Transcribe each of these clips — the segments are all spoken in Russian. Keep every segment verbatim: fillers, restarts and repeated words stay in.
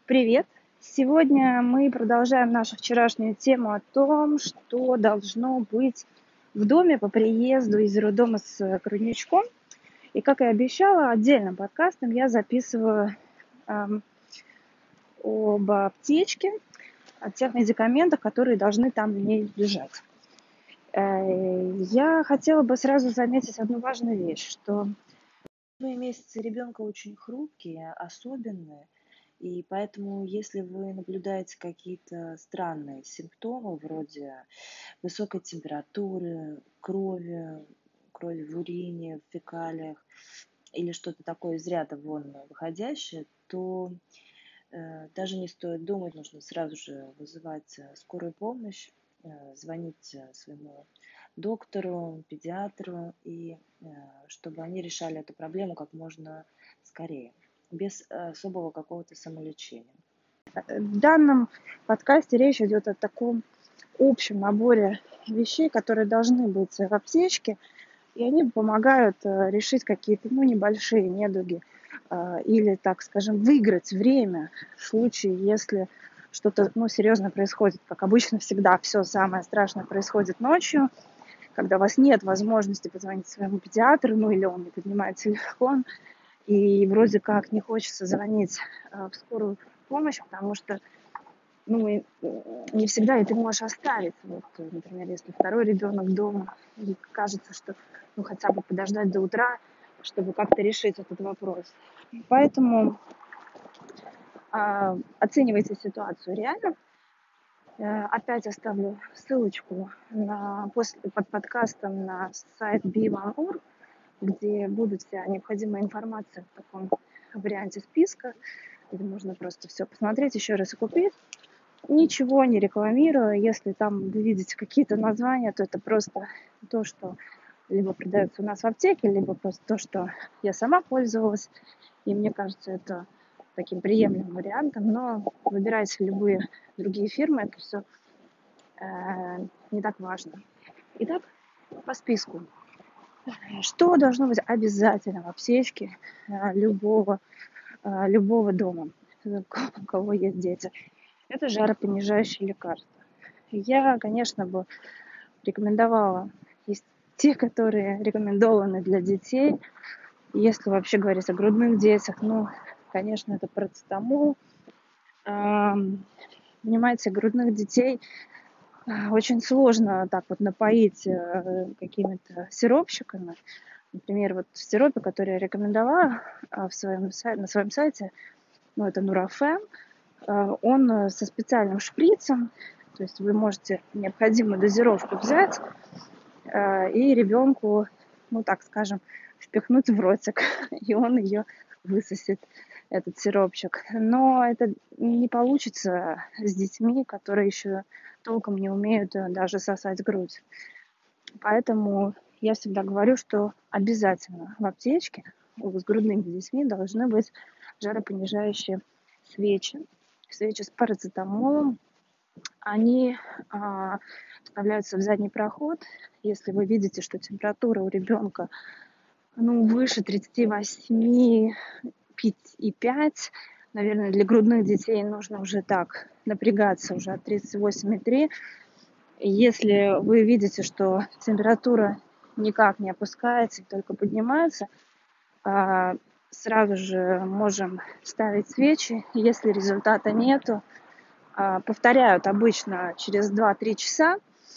Привет! Сегодня мы продолжаем нашу вчерашнюю тему о том, что должно быть в доме по приезду из роддома с грудничком. И, как и обещала, отдельным подкастом я записываю эм, об аптечке, о тех медикаментах, которые должны там в ней лежать. Э, я хотела бы сразу заметить одну важную вещь, что первые месяцы ребенка очень хрупкие, особенные. И поэтому, если вы наблюдаете какие-то странные симптомы, вроде высокой температуры, крови, крови в урине, в фекалиях, или что-то такое из ряда вон выходящее, то э, даже не стоит думать, нужно сразу же вызывать э, скорую помощь, э, звонить э, своему доктору, педиатру, и э, чтобы они решали эту проблему как можно скорее, без э, особого какого-то самолечения. В данном подкасте речь идет о таком общем наборе вещей, которые должны быть в аптечке, и они помогают э, решить какие-то, ну, небольшие недуги э, или, так скажем, выиграть время в случае, если что-то, ну, серьезно происходит. Как обычно, всегда все самое страшное происходит ночью, когда у вас нет возможности позвонить своему педиатру, ну, или он не поднимает телефон, и вроде как не хочется звонить э, в скорую помощь, потому что, ну, и, не всегда и ты можешь оставить. Вот, например, если второй ребенок дома, и кажется, что ну, хотя бы подождать до утра, чтобы как-то решить этот вопрос. Поэтому а, оценивайте ситуацию реально. Э, опять оставлю ссылочку на, после, под подкастом на сайт би один точка орг, где будет вся необходимая информация в таком варианте списка, где можно просто все посмотреть, еще раз и купить. Ничего не рекламирую. Если там вы видите какие-то названия, то это просто то, что либо продается у нас в аптеке, либо просто то, что я сама пользовалась. И мне кажется, это таким приемлемым вариантом. Но выбирайте любые другие фирмы, это все э, не так важно. Итак, по списку. Что должно быть обязательно в аптечке э, любого, э, любого дома, у кого есть дети? Это жаропонижающие лекарства. Я, конечно, бы рекомендовала, есть те, которые рекомендованы для детей. Если вообще говорить о грудных детях, ну, конечно, это парацетамол. Понимаете, грудных детей очень сложно так вот напоить какими-то сиропчиками. Например, вот в сиропе, который я рекомендовала в своем, на своем сайте, ну, это Нурофен, он со специальным шприцем, то есть вы можете необходимую дозировку взять и ребенку, ну, так скажем, впихнуть в ротик, и он ее высосет, этот сиропчик. Но это не получится с детьми, которые еще толком не умеют даже сосать грудь. Поэтому я всегда говорю, что обязательно в аптечке с грудными детьми должны быть жаропонижающие свечи. Свечи с парацетамолом. Они а, вставляются в задний проход. Если вы видите, что температура у ребенка ну, выше тридцать восемь и пять, наверное, для грудных детей нужно уже так напрягаться, уже от тридцать восемь и три. Если вы видите, что температура никак не опускается, только поднимается, сразу же можем ставить свечи. Если результата нету, повторяют обычно через два-три часа.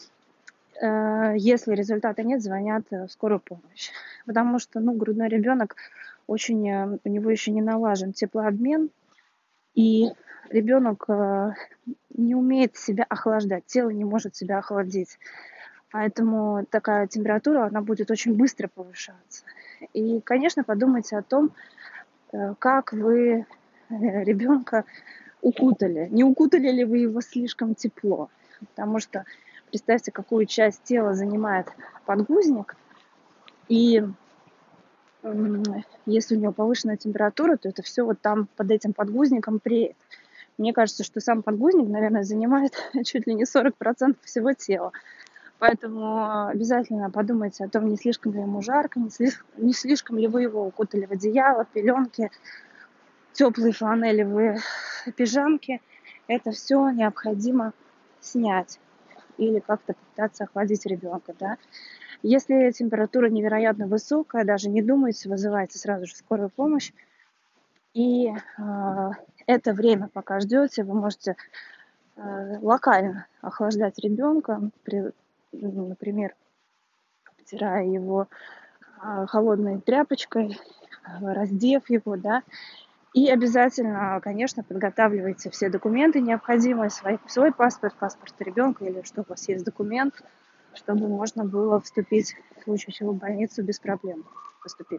Если результата нет, звонят в скорую помощь. Потому что, ну, грудной ребенок, очень, у него еще не налажен теплообмен, и ребенок не умеет себя охлаждать, тело не может себя охладить. Поэтому такая температура, она будет очень быстро повышаться. И, конечно, подумайте о том, как вы ребенка укутали. Не укутали ли вы его слишком тепло? Потому что представьте, какую часть тела занимает подгузник. И если у него повышенная температура, то это все вот там под этим подгузником преет. Мне кажется, что сам подгузник, наверное, занимает чуть ли не сорок процентов всего тела. Поэтому обязательно подумайте о том, не слишком ли ему жарко, не слишком, не слишком ли вы его укутали в одеяло, пеленки. теплые фланелевые пижамки, это все необходимо снять или как-то попытаться охладить ребенка, да. Если температура невероятно высокая, даже не думайте, вызывайте сразу же скорую помощь. И э, это время, пока ждете, вы можете э, локально охлаждать ребенка, при, ну, например, обтирая его э, холодной тряпочкой, раздев его, да. И обязательно, конечно, подготавливайте все документы необходимые, свой, свой паспорт, паспорт ребенка или что у вас есть документ, чтобы можно было вступить в случае чего в больницу без проблем поступить.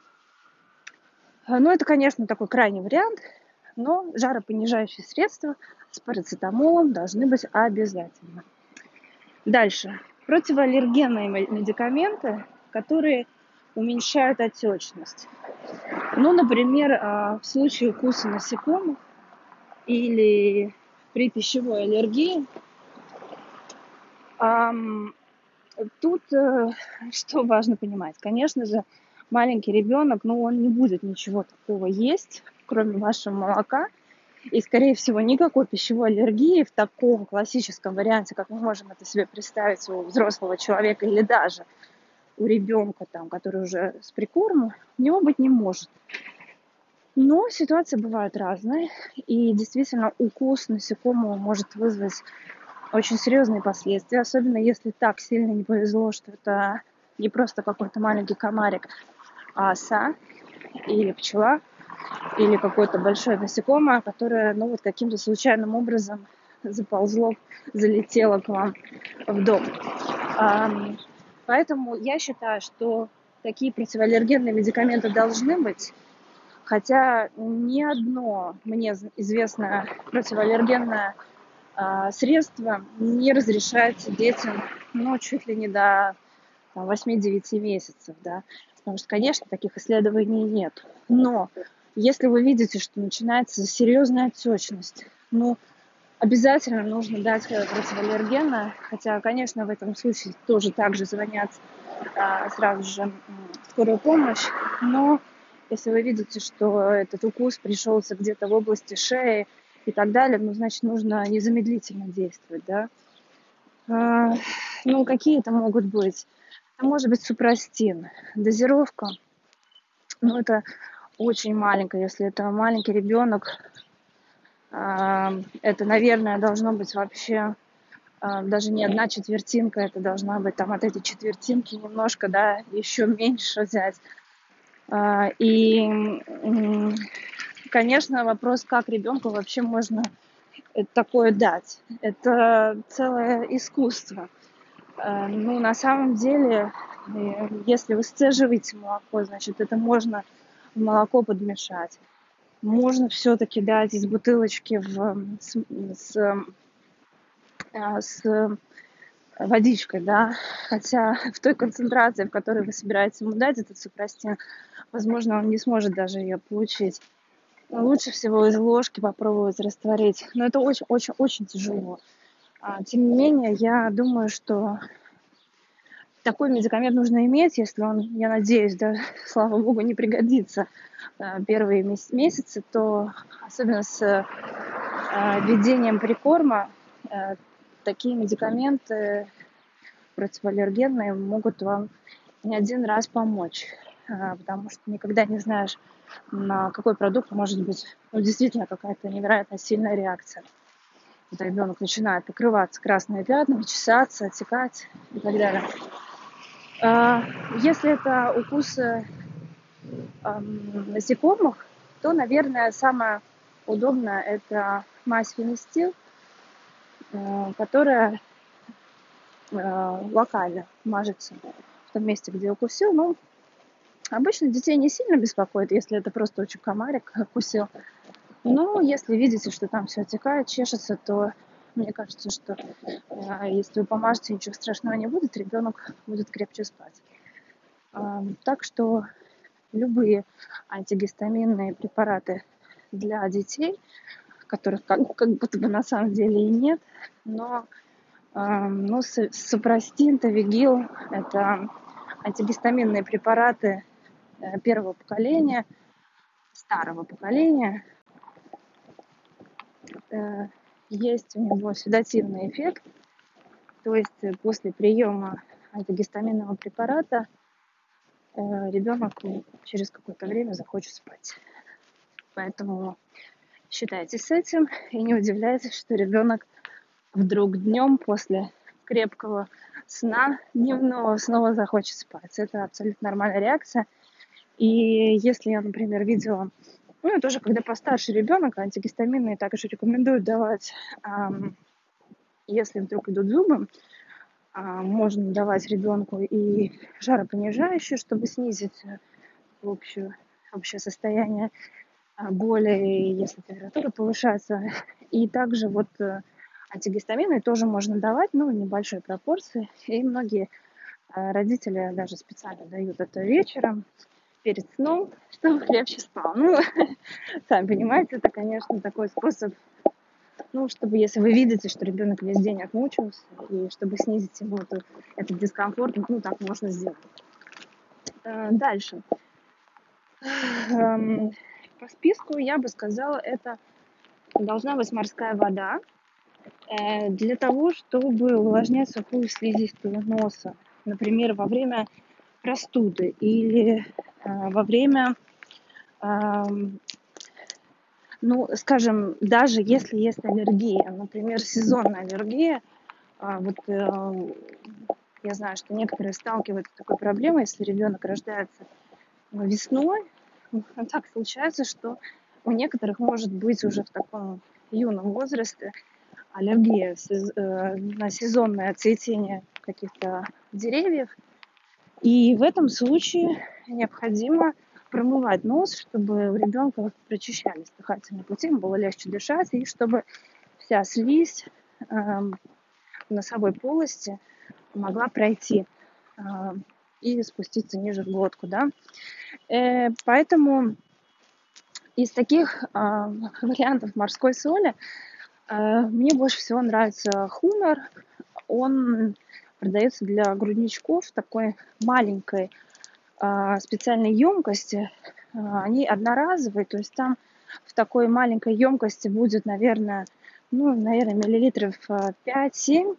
Ну, это, конечно, такой крайний вариант, но жаропонижающие средства с парацетамолом должны быть обязательно. Дальше. Противоаллергенные медикаменты, которые уменьшают отечность. Ну, например, в случае укуса насекомых или при пищевой аллергии. Тут что важно понимать? Конечно же, маленький ребенок, ну, он не будет ничего такого есть, кроме вашего молока. И, скорее всего, никакой пищевой аллергии в таком классическом варианте, как мы можем это себе представить у взрослого человека или даже у ребенка, там, который уже с прикормом, у него быть не может. Но ситуации бывают разные, и действительно укус насекомого может вызвать очень серьезные последствия, особенно если так сильно не повезло, что это не просто какой-то маленький комарик, а оса или пчела, или какое-то большое насекомое, которое, ну, вот каким-то случайным образом заползло, залетело к вам в дом. Поэтому я считаю, что такие противоаллергенные медикаменты должны быть, хотя ни одно мне известное противоаллергенное средство не разрешается детям, ну, чуть ли не до восемь-девять месяцев, да, потому что, конечно, таких исследований нет. Но если вы видите, что начинается серьезная отечность, ну, обязательно нужно дать противоаллергенное, хотя, конечно, в этом случае тоже также звонят а, сразу же в скорую помощь, но если вы видите, что этот укус пришелся где-то в области шеи и так далее, ну, значит, нужно незамедлительно действовать, да. А, ну, какие это могут быть? Это может быть супрастин, дозировка, ну, это очень маленькая, если это маленький ребенок, а, это, наверное, должно быть вообще а, даже не одна четвертинка, это должна быть там от этой четвертинки немножко, да, еще меньше взять. А, и, конечно, вопрос, как ребенку вообще можно такое дать. Это целое искусство. Ну, на самом деле, если вы сцеживаете молоко, значит, это можно в молоко подмешать. Можно все-таки дать из бутылочки в, с, с, с водичкой, да, хотя в той концентрации, в которой вы собираетесь ему дать этот супрастин, возможно, он не сможет даже ее получить. Но лучше всего из ложки попробовать растворить, но это очень-очень-очень тяжело. Тем не менее, я думаю, что такой медикамент нужно иметь, если он, я надеюсь, да, слава богу, не пригодится первые месяцы, то особенно с введением прикорма такие медикаменты противоаллергенные могут вам не один раз помочь, потому что никогда не знаешь, на какой продукт может быть, ну, действительно какая-то невероятно сильная реакция. Вот ребенок начинает покрываться красными пятнами, чесаться, отекать и так далее. Если это укусы насекомых, то, наверное, самое удобное это мазь фенистил, которая локально мажется в том месте, где укусил. Ну, обычно детей не сильно беспокоит, если это просто очень комарик укусил. Но если видите, что там все отекает, чешется, то мне кажется, что если вы помажете, ничего страшного не будет, ребенок будет крепче спать. Так что любые антигистаминные препараты для детей, которых как, как будто бы на самом деле и нет, но ну, супрастин, тавигил – это антигистаминные препараты первого поколения, старого поколения. Э, Есть у него седативный эффект, то есть э, после приема антигистаминного препарата э, ребенок через какое-то время захочет спать. Поэтому считайтесь с этим и не удивляйтесь, что ребенок вдруг днем после крепкого сна дневного снова захочет спать. Это абсолютно нормальная реакция. И если я, например, видела, ну, тоже когда постарше ребенок, антигистаминные также рекомендуют давать, ам, если вдруг идут зубы, а, можно давать ребенку и жаропонижающие, чтобы снизить э, общую, общее состояние а, боли, если температура повышается. И также вот э, антигистамины тоже можно давать, ну, в небольшой пропорции. И многие э, родители даже специально дают это вечером, перед сном, чтобы крепче спал. Ну, сами понимаете, это, конечно, такой способ, ну, чтобы, если вы видите, что ребенок весь день отмучился, и чтобы снизить ему эту, этот дискомфорт, ну, так можно сделать. Э, Дальше. Эм, По списку я бы сказала, это должна быть морская вода э, для того, чтобы увлажнять сухую слизистую носа. Например, во время простуды или э, во время, эм, ну, скажем, даже если есть аллергия, например, сезонная аллергия, а, вот э, я знаю, что некоторые сталкиваются с такой проблемой, если ребенок рождается весной, так случается, что у некоторых может быть уже в таком юном возрасте аллергия на сезонное цветение каких-то деревьев. И в этом случае необходимо промывать нос, чтобы у ребенка прочищались дыхательные пути, ему было легче дышать, и чтобы вся слизь э, в носовой полости могла пройти э, и спуститься ниже в глотку, да. Э, поэтому из таких э, вариантов морской соли э, мне больше всего нравится хумер. Он продается для грудничков в такой маленькой э, специальной емкости. Э, они одноразовые, то есть там в такой маленькой емкости будет, наверное, ну, наверное, миллилитров пять-семь.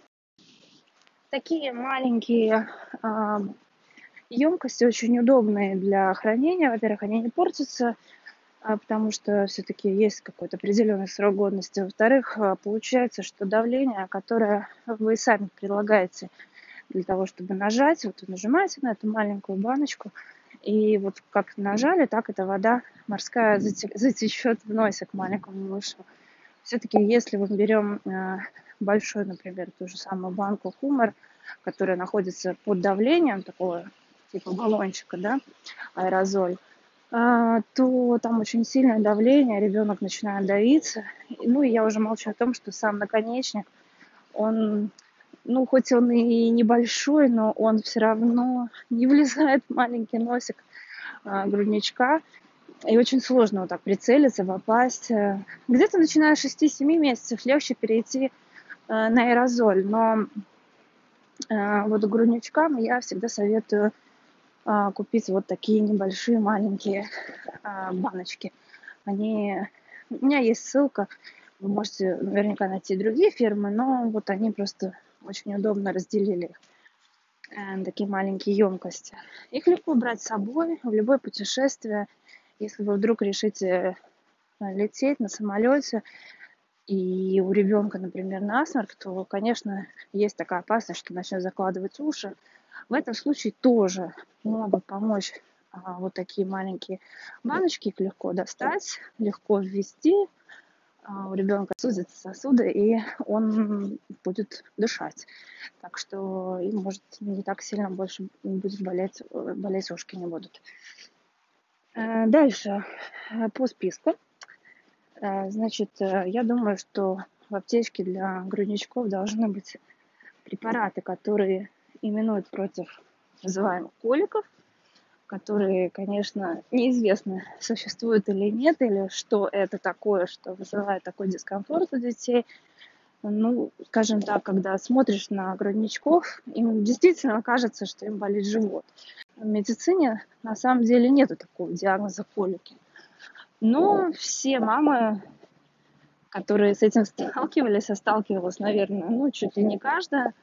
Такие маленькие э, емкости очень удобные для хранения. Во-первых, они не портятся, а, потому что все-таки есть какой-то определенный срок годности. Во-вторых, а, получается, что давление, которое вы сами предлагаете для того, чтобы нажать, вот вы нажимаете на эту маленькую баночку, и вот как нажали, так эта вода морская затечет в носик маленькому малышу. Все-таки если мы берем а, большой, например, ту же самую банку хумор, которая находится под давлением такого типа баллончика, да, аэрозоль, а, то там очень сильное давление, ребенок начинает давиться. Ну, и я уже молчу о том, что сам наконечник, он, ну, хоть он и небольшой, но он все равно не влезает в маленький носик а, грудничка. И очень сложно вот так прицелиться, попасть. Где-то начиная с шести-семи месяцев легче перейти а, на аэрозоль. Но а, вот грудничкам я всегда советую а, купить вот такие небольшие маленькие а, баночки. Они... У меня есть ссылка, вы можете наверняка найти другие фирмы, но вот они просто очень удобно разделили их. Э, такие маленькие емкости. Их легко брать с собой в любое путешествие. Если вы вдруг решите лететь на самолете, и у ребенка, например, насморк, то, конечно, есть такая опасность, что начнет закладывать уши. В этом случае тоже могут помочь а, вот такие маленькие баночки, их легко достать, легко ввести. А, у ребенка сузятся сосуды, и он будет дышать. Так что им может не так сильно больше будет болеть, болеть ушки не будут. А, дальше по списку. Значит, я думаю, что в аптечке для грудничков должны быть препараты, которые именуют против называемых коликов, которые, конечно, неизвестно, существуют или нет, или что это такое, что вызывает такой дискомфорт у детей. Ну, скажем так, когда смотришь на грудничков, им действительно кажется, что им болит живот. В медицине на самом деле нет такого диагноза колики. Но все мамы, которые с этим сталкивались, а сталкивалась, наверное, ну, чуть ли не каждая,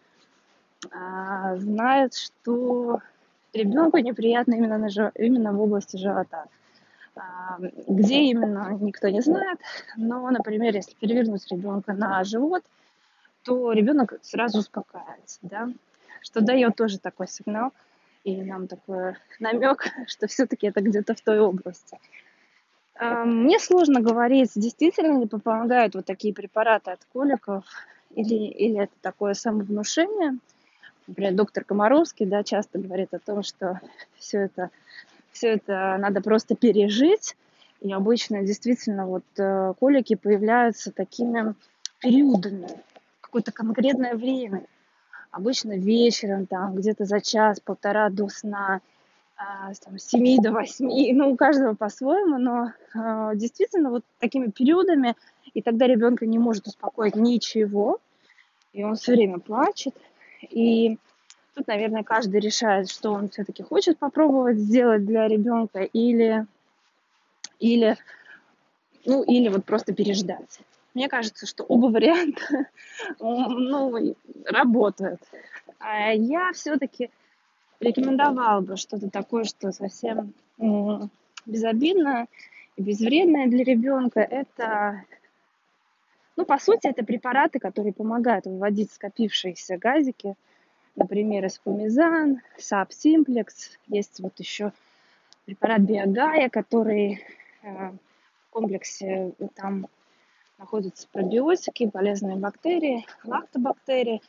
а, знает, что ребенку неприятно именно, на жи- именно в области живота. А, Где именно, никто не знает, но, например, если перевернуть ребенка на живот, то ребенок сразу успокаивается, да, что дает тоже такой сигнал и нам такой намек, что все-таки это где-то в той области. А, Мне сложно говорить, действительно ли помогают вот такие препараты от коликов, или, или это такое самовнушение. Например, доктор Комаровский, да, часто говорит о том, что все это, все это надо просто пережить. И обычно действительно вот э, колики появляются такими периодами, в какое-то конкретное время. Обычно вечером, там, где-то за час-полтора до сна, а, с там, с семи до восьми, ну, у каждого по-своему, но а, действительно вот такими периодами, и тогда ребенка не может успокоить ничего, и он все время плачет, и тут, наверное, каждый решает, что он все-таки хочет попробовать сделать для ребенка или, или, ну, или вот просто переждать. Мне кажется, что оба варианта ну, работают. А я все-таки рекомендовала бы что-то такое, что совсем м, безобидное и безвредное для ребенка. Это, ну, по сути, это препараты, которые помогают выводить скопившиеся газики. Например, эспумизан, сап симплекс. Есть вот еще препарат биогая, который э, в комплексе э, там находятся пробиотики, полезные бактерии, лактобактерии.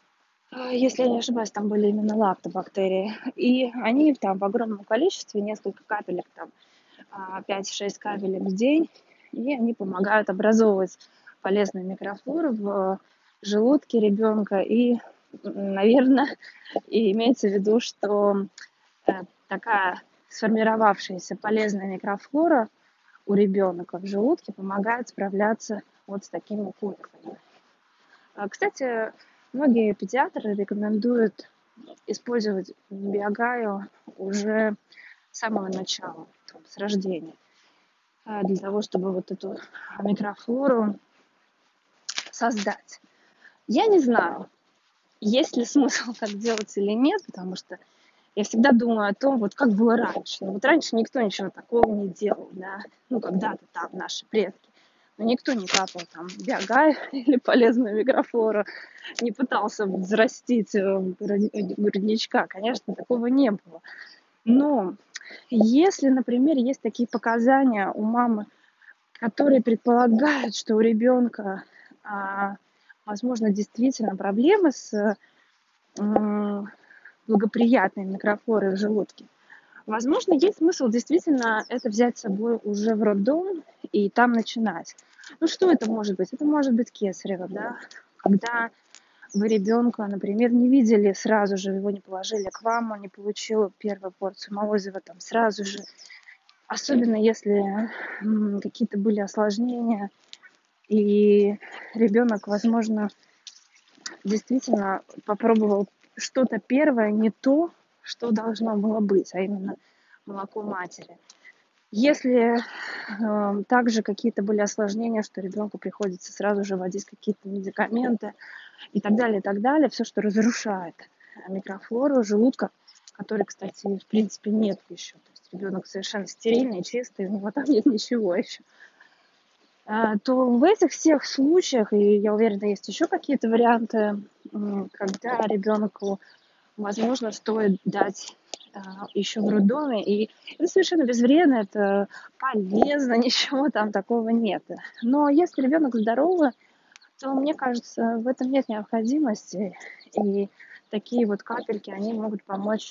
А, Если я не ошибаюсь, там были именно лактобактерии. И они там в огромном количестве, несколько капелек, там а, пять-шесть капелек в день, и они помогают образовывать полезную микрофлору в желудке ребенка. И, наверное, и имеется в виду, что э, такая сформировавшаяся полезная микрофлора у ребенка в желудке помогает справляться вот с такими коликами. А, Кстати, многие педиатры рекомендуют использовать биогаю уже с самого начала, там, с рождения, а, для того, чтобы вот эту микрофлору создать. Я не знаю, есть ли смысл так делать или нет, потому что я всегда думаю о том, вот как было раньше. Ну, вот раньше никто ничего такого не делал, да, ну, когда-то там наши предки. Но никто не капал там биогай или полезную микрофлору, не пытался взрастить э, груди- грудничка. Конечно, такого не было. Но если, например, есть такие показания у мамы, которые предполагают, что у ребенка, а, возможно, действительно проблемы с м, благоприятной микрофлорой в желудке, возможно, есть смысл действительно это взять с собой уже в роддом и там начинать. Ну, что это может быть? Это может быть кесарево, да, когда вы ребенка, например, не видели сразу же, его не положили к вам, он не получил первую порцию молозива там сразу же. Особенно если м, какие-то были осложнения, и ребенок, возможно, действительно попробовал что-то первое, не то, что должно было быть, а именно молоко матери. Если э, также какие-то были осложнения, что ребенку приходится сразу же вводить какие-то медикаменты и так далее, и так далее, все, что разрушает микрофлору желудка, которой, кстати, в принципе нет еще. То есть ребенок совершенно стерильный, чистый, у него там нет ничего еще. А, то в этих всех случаях, и я уверена, есть еще какие-то варианты, м, когда ребенку, возможно, стоит дать а, еще в роддоме. И это совершенно безвредно, это полезно, ничего там такого нет. Но если ребенок здоровый, то, мне кажется, в этом нет необходимости. И такие вот капельки, они могут помочь,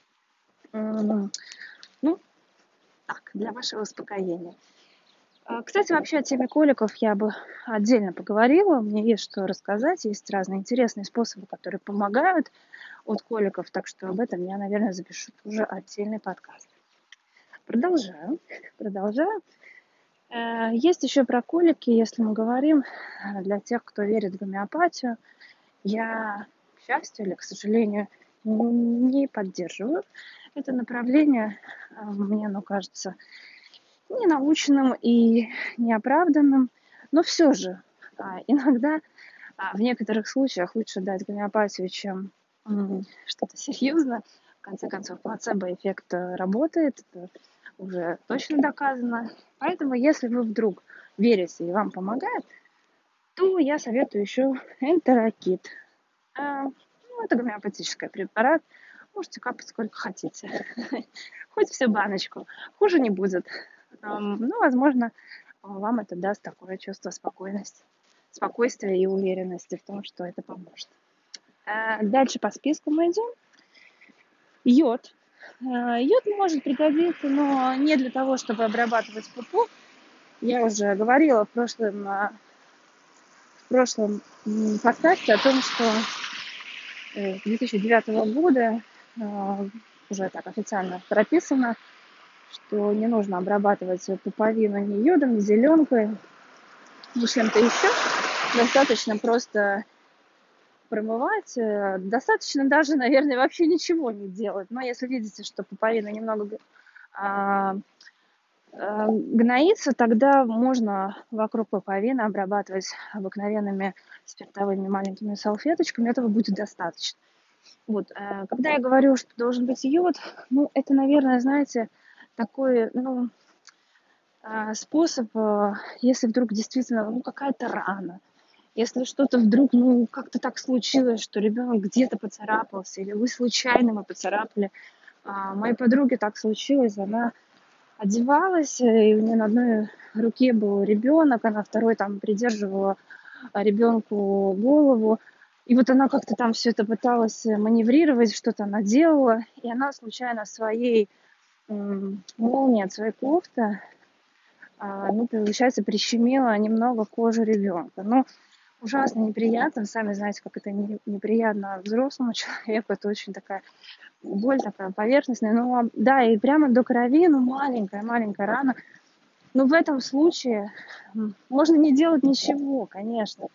м, ну, так, для вашего успокоения. А, Кстати, вообще о теме коликов я бы отдельно поговорила. Мне есть что рассказать. Есть разные интересные способы, которые помогают от коликов. Так что об этом я, наверное, запишу уже отдельный подкаст. Продолжаю. Продолжаю. Э, Есть еще про колики, если мы говорим, э, для тех, кто верит в гомеопатию. Я, к счастью или к сожалению, не поддерживаю это направление. Э, Мне оно кажется ненаучным и неоправданным, но все же а, иногда а, в некоторых случаях лучше дать гомеопатию, чем м, что-то серьезное. В конце концов, плацебо-эффект э, работает, это уже точно доказано. Поэтому, если вы вдруг верите и вам помогает, то я советую еще энтерокит. А, ну, это гомеопатический препарат. Можете капать сколько хотите. Хоть всю баночку. Хуже не будет. Ам, Ну, возможно, вам это даст такое чувство спокойности, спокойствия и уверенности в том, что это поможет. А, Дальше по списку мы идем. Йод. А, Йод может пригодиться, но не для того, чтобы обрабатывать пупу. Я уже говорила в прошлом, а, в прошлом м, подкасте о том, что э, с две тысячи девятого года а, уже так официально прописано, что не нужно обрабатывать пуповину ни йодом, ни зеленкой, ни чем-то еще. Достаточно просто промывать. э, Достаточно даже, наверное, вообще ничего не делать. Но если видите, что пуповина немного а, а, гноится, тогда можно вокруг пуповины обрабатывать обыкновенными спиртовыми маленькими салфеточками. Этого будет достаточно. Вот, э, когда я говорю, что должен быть йод, ну, это, наверное, знаете, такой, ну, а, способ, а, если вдруг действительно, ну, какая-то рана, если что-то вдруг, ну, как-то так случилось, что ребенок где-то поцарапался, или вы случайно его поцарапали. А, моей подруге так случилось, она одевалась, э, и у нее на одной руке был ребенок, а на второй там придерживала ребенку голову. И вот она как-то там все это пыталась э, маневрировать, что-то она делала, и она случайно своей м, молнией от своей кофты, а, ну, получается, прищемила немного кожи ребенка. Ну, ужасно неприятно, сами знаете, как это не- неприятно взрослому человеку, это очень такая боль такая поверхностная, ну, а, да, и прямо до крови, ну, маленькая-маленькая рана. Но в этом случае м, можно не делать ничего, конечно,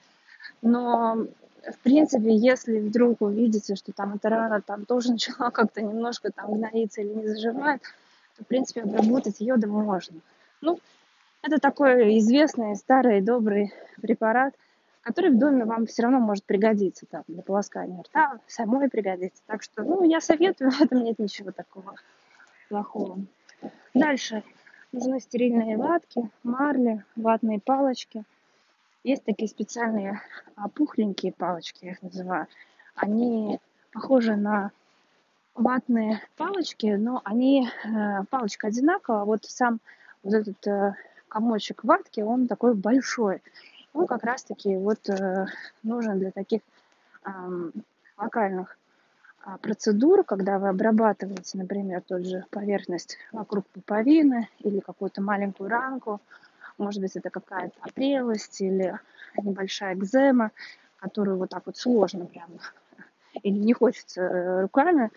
но в принципе, если вдруг вы видите, что там эта рана там тоже начала как-то немножко там гноиться или не заживает, то, в принципе, обработать йодом можно. Ну, это такой известный старый добрый препарат, который в доме вам все равно может пригодиться там, для полоскания рта, самой пригодится. Так что, ну, я советую, в этом нет ничего такого плохого. Дальше нужны стерильные ватки, марли, ватные палочки. Есть такие специальные а, пухленькие палочки, я их называю. Они похожи на ватные палочки, но они, э, палочка одинаковая, а вот сам вот этот э, комочек ватки, он такой большой. Он как раз-таки вот э, нужен для таких ам, локальных а, процедур, когда вы обрабатываете, например, тот же поверхность вокруг пуповины или какую-то маленькую ранку. Может быть, это какая-то опрелость или небольшая экзема, которую вот так вот сложно прям или не хочется э, руками.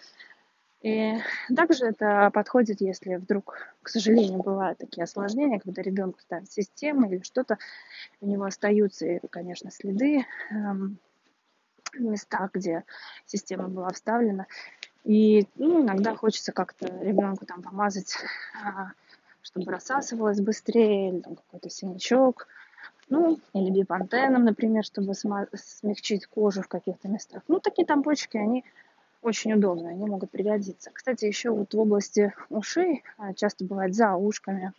И также это подходит, если вдруг, к сожалению, бывают такие осложнения, когда ребенку ставят систему или что-то, у него остаются, и, конечно, следы эм, в местах, где система была вставлена. И ну, иногда хочется как-то ребенку там помазать, а, чтобы рассасывалось быстрее, или там какой-то синячок, ну, или бипантеном, например, чтобы сма- смягчить кожу в каких-то местах. Ну, такие тампончики, они очень удобные, они могут пригодиться. Кстати, еще вот в области ушей а, часто бывает за ушками,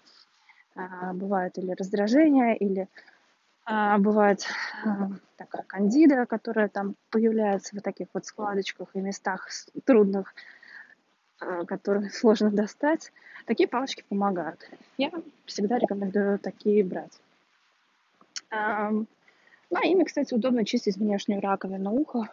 а, бывает или раздражение, или а, бывает а, такая кандида, которая там появляется в таких вот складочках и местах с- трудных, а, которые сложно достать. Такие палочки помогают. Я всегда рекомендую такие брать. Ам, Ну, а ими, кстати, удобно чистить внешнюю раковину уха.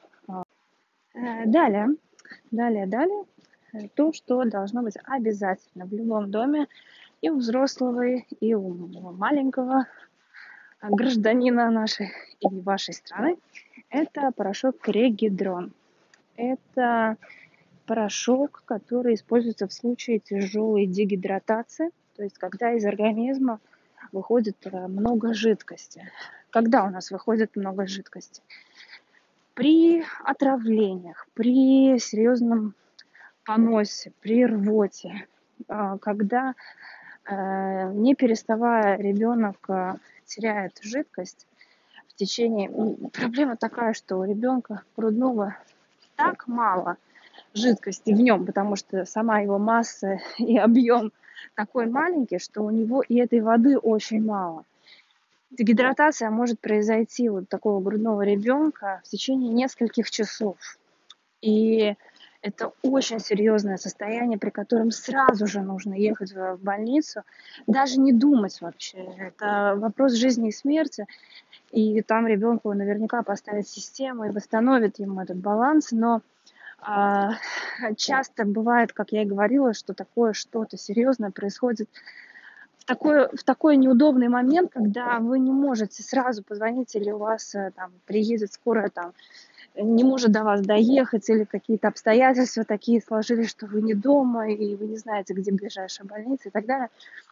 Э, Далее, далее, далее. э, То, что должно быть обязательно в любом доме и у взрослого, и у маленького а, гражданина нашей и вашей страны, это порошок Регидрон. Это порошок, который используется в случае тяжелой дегидратации, то есть когда из организма выходит э, много жидкости. Когда у нас выходит много жидкости? При отравлениях, при серьезном поносе, при рвоте, а, когда Э, Не переставая, ребенок э, теряет жидкость в течение... м, Проблема такая, что у ребенка грудного так мало жидкости в нем, потому что сама его масса и объем такой маленький, что у него и этой воды очень мало. Дегидратация может произойти у такого грудного ребенка в течение нескольких часов. И это очень серьезное состояние, при котором сразу же нужно ехать в больницу, даже не думать вообще. Это вопрос жизни и смерти. И там ребенку наверняка поставят систему и восстановят ему этот баланс. Но а, часто бывает, как я и говорила, что такое что-то серьезное происходит в такой, в такой неудобный момент, когда вы не можете сразу позвонить, или у вас э, там приедет скорая, там не может до вас доехать, или какие-то обстоятельства такие сложились, что вы не дома, и вы не знаете, где ближайшая больница и так далее.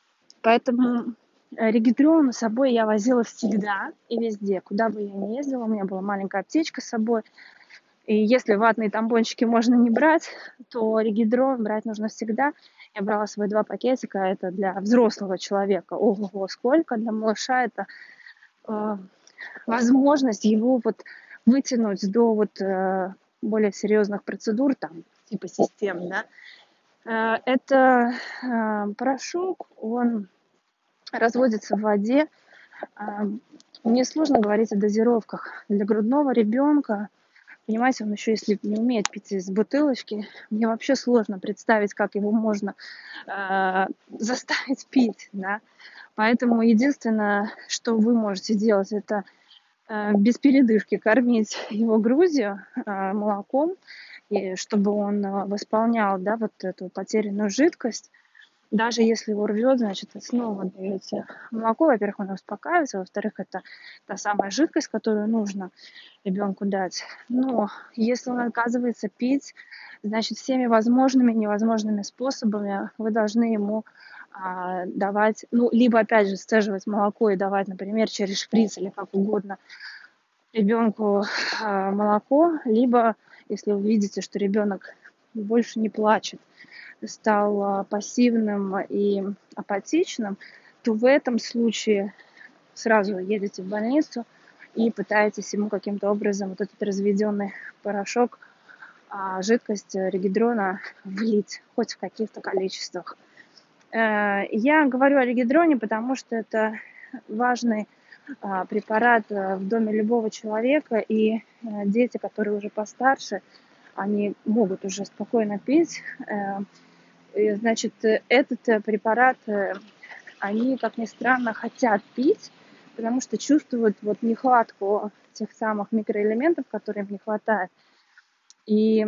Поэтому э, регидрон с собой я возила всегда и везде, куда бы я ни ездила. У меня была маленькая аптечка с собой. И если ватные тампончики можно не брать, то регидрон брать нужно всегда. Я брала свои два пакетика, это для взрослого человека. Ого, сколько! Для малыша это э, возможность его вот вытянуть до вот э, более серьезных процедур, там, типа систем, да. Э, это э, порошок, он разводится в воде. Э, Мне сложно говорить о дозировках. Для грудного ребенка, понимаете, он еще если не умеет пить из бутылочки, мне вообще сложно представить, как его можно э, заставить пить, да. Поэтому единственное, что вы можете делать, это э, без передышки кормить его грудью, э, молоком, и чтобы он э, восполнял, да, вот эту потерянную жидкость. Даже если его рвет, значит, вы снова даете молоко. Во-первых, он успокаивается, во-вторых, это та самая жидкость, которую нужно ребенку дать. Но если он отказывается пить, значит, всеми возможными и невозможными способами вы должны ему а, давать, ну, либо, опять же, сцеживать молоко и давать, например, через шприц или как угодно ребенку а, молоко, либо, если вы видите, что ребенок больше не плачет, стал а, пассивным и апатичным, то в этом случае сразу едете в больницу и пытаетесь ему каким-то образом вот этот разведенный порошок, а, жидкость регидрона влить, хоть в каких-то количествах. Э, Я говорю о регидроне, потому что это важный а, препарат э, в доме любого человека, и э, дети, которые уже постарше, они могут уже спокойно пить. Э, и, значит, э, этот э, препарат, э, они, как ни странно, хотят пить, потому что чувствуют вот нехватку тех самых микроэлементов, которые им не хватает, и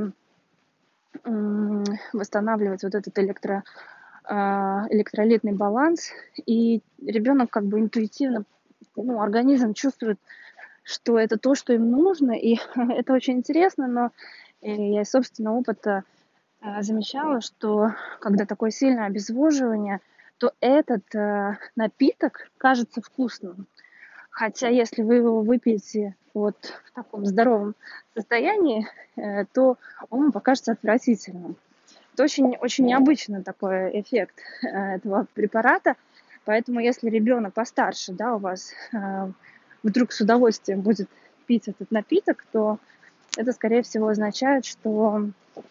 м, восстанавливать вот этот электро, а, электролитный баланс. И ребенок как бы интуитивно, ну, организм чувствует, что это то, что им нужно, и это очень интересно, но э, я из собственного опыта э, замечала, что когда такое сильное обезвоживание, то этот э, напиток кажется вкусным. Хотя если вы его выпьете вот в таком здоровом состоянии, э, то он вам покажется отвратительным. Это очень, очень необычный такой эффект э, этого препарата. Поэтому если ребенок постарше, да, у вас э, вдруг с удовольствием будет пить этот напиток, то это, скорее всего, означает, что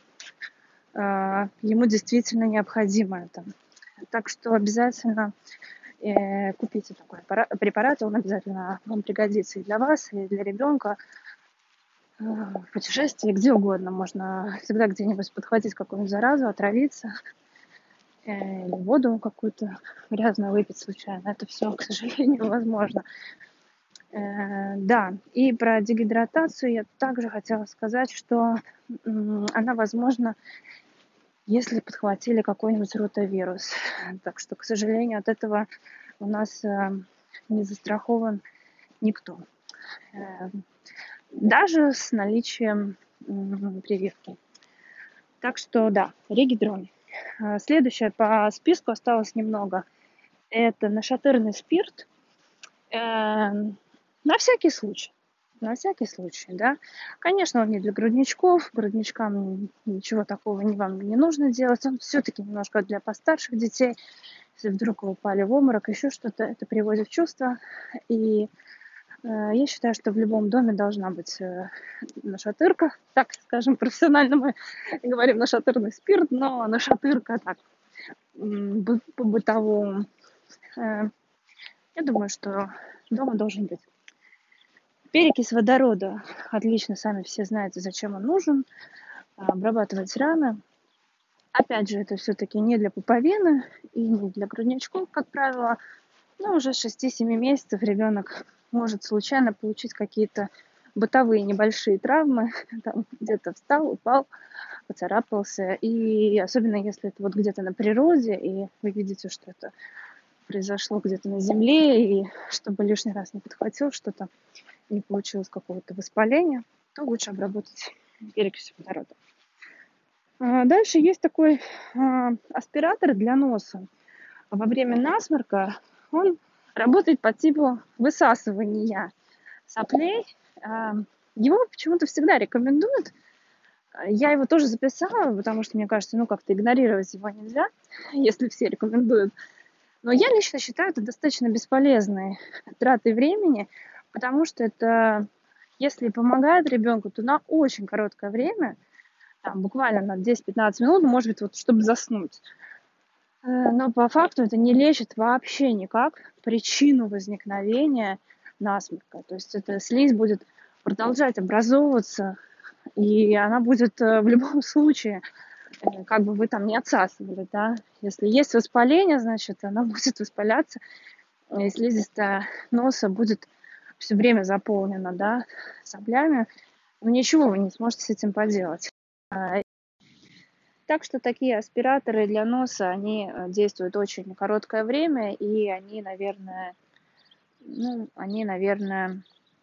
э, ему действительно необходимо это. Так что обязательно э, купите такой препарат, он обязательно вам пригодится и для вас, и для ребенка. Э, в путешествии, где угодно. Можно всегда где-нибудь подхватить какую-нибудь заразу, отравиться, э, или воду какую-то грязную выпить случайно. Это все, к сожалению, возможно. Э, да, и про дегидратацию я также хотела сказать, что м, она возможна, если подхватили какой-нибудь ротавирус. Так что, к сожалению, от этого у нас э, не застрахован никто. Э, даже с наличием м, прививки. Так что да, регидрон. Э, Следующее по списку осталось немного. Это нашатырный спирт. Э, На всякий случай. на всякий случай, да. Конечно, он не для грудничков, грудничкам ничего такого не вам не нужно делать, он все-таки немножко для постарших детей, если вдруг вы упали в обморок, еще что-то, это приводит в чувство, и э, я считаю, что в любом доме должна быть э, нашатырка, так скажем, профессионально мы говорим нашатырный спирт, но нашатырка так, м, бы- по-бытовому. Э, Я думаю, что дома должен быть. Перекись водорода. Отлично, сами все знаете, зачем он нужен. А, Обрабатывать рано. Опять же, это все-таки не для пуповины и не для грудничков, как правило. Но уже с шести-семи месяцев ребенок может случайно получить какие-то бытовые небольшие травмы. Там где-то встал, упал, поцарапался. И особенно если это вот где-то на природе, и вы видите, что это произошло где-то на земле, и чтобы лишний раз не подхватил что-то, не получилось какого-то воспаления, то лучше обработать перекисью водорода. А, Дальше есть такой а, аспиратор для носа. Во время насморка он работает по типу высасывания соплей. А, Его почему-то всегда рекомендуют. Я его тоже записала, потому что мне кажется, ну как-то игнорировать его нельзя, если все рекомендуют. Но я лично считаю это достаточно бесполезной тратой времени, потому что это, если помогает ребенку, то на очень короткое время, там, буквально на десять-пятнадцать минут, может быть, вот, чтобы заснуть. Э, Но по факту это не лечит вообще никак причину возникновения насморка. То есть эта слизь будет продолжать образовываться, и она будет э, в любом случае, э, как бы вы там не отсасывали, да. Если есть воспаление, значит, она будет воспаляться, и слизистая носа будет все время заполнена, да, соплями. Но ничего вы не сможете с этим поделать. А, Так что такие аспираторы для носа, они э, действуют очень короткое время, и они, наверное, ну, они, наверное,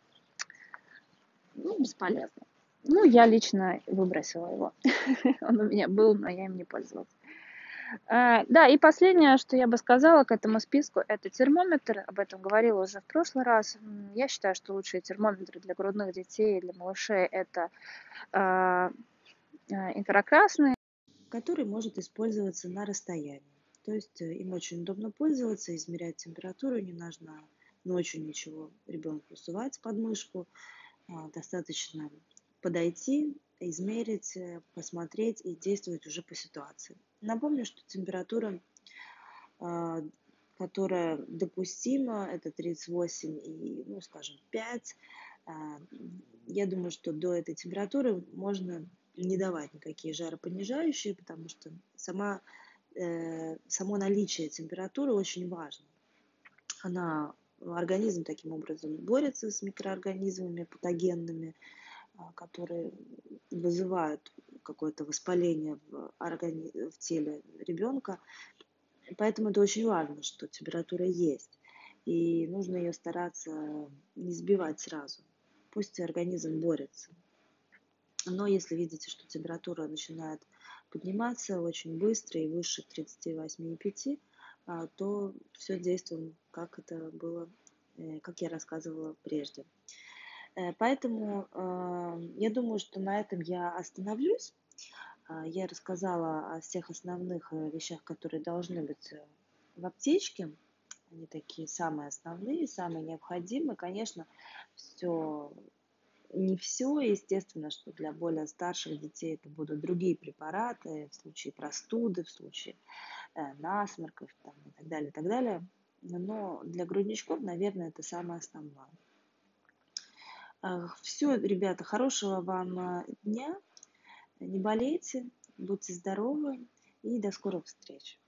ну, бесполезны. Ну, я лично выбросила его. Он у меня был, но я им не пользовалась. А, Да, и последнее, что я бы сказала к этому списку, это термометр. Об этом говорила уже в прошлый раз. М, Я считаю, что лучшие термометры для грудных детей, для малышей, это а, а, инфракрасные, который может использоваться на расстоянии. То есть э, им очень удобно пользоваться, измерять температуру, не нужно ночью ничего ребенку сувать под мышку, а, достаточно подойти, измерить, э, посмотреть и действовать уже по ситуации. Напомню, что температура, а, которая допустима, это тридцать восемь и, ну, скажем, пять. А, Я думаю, что до этой температуры можно не давать никакие жаропонижающие, потому что сама, э, само наличие температуры очень важно. Она, организм таким образом борется с микроорганизмами патогенными, а, которые вызывают какое-то воспаление в, органи... в теле ребенка. Поэтому это очень важно, что температура есть. И нужно ее стараться не сбивать сразу. Пусть организм борется. Но если видите, что температура начинает подниматься очень быстро и выше тридцати восьми и пяти, а, то все действуем, как это было, э, как я рассказывала прежде. Э, Поэтому э, я думаю, что на этом я остановлюсь. А, Я рассказала о всех основных э, вещах, которые должны быть э, в аптечке. Они такие самые основные, самые необходимые. Конечно, все не все, естественно, что для более старших детей это будут другие препараты в случае простуды, в случае э, насморков там, и так далее, и так далее. Но для грудничков, наверное, это самое основное. Все, ребята, хорошего вам э, дня, не болейте, будьте здоровы и до скорых встреч.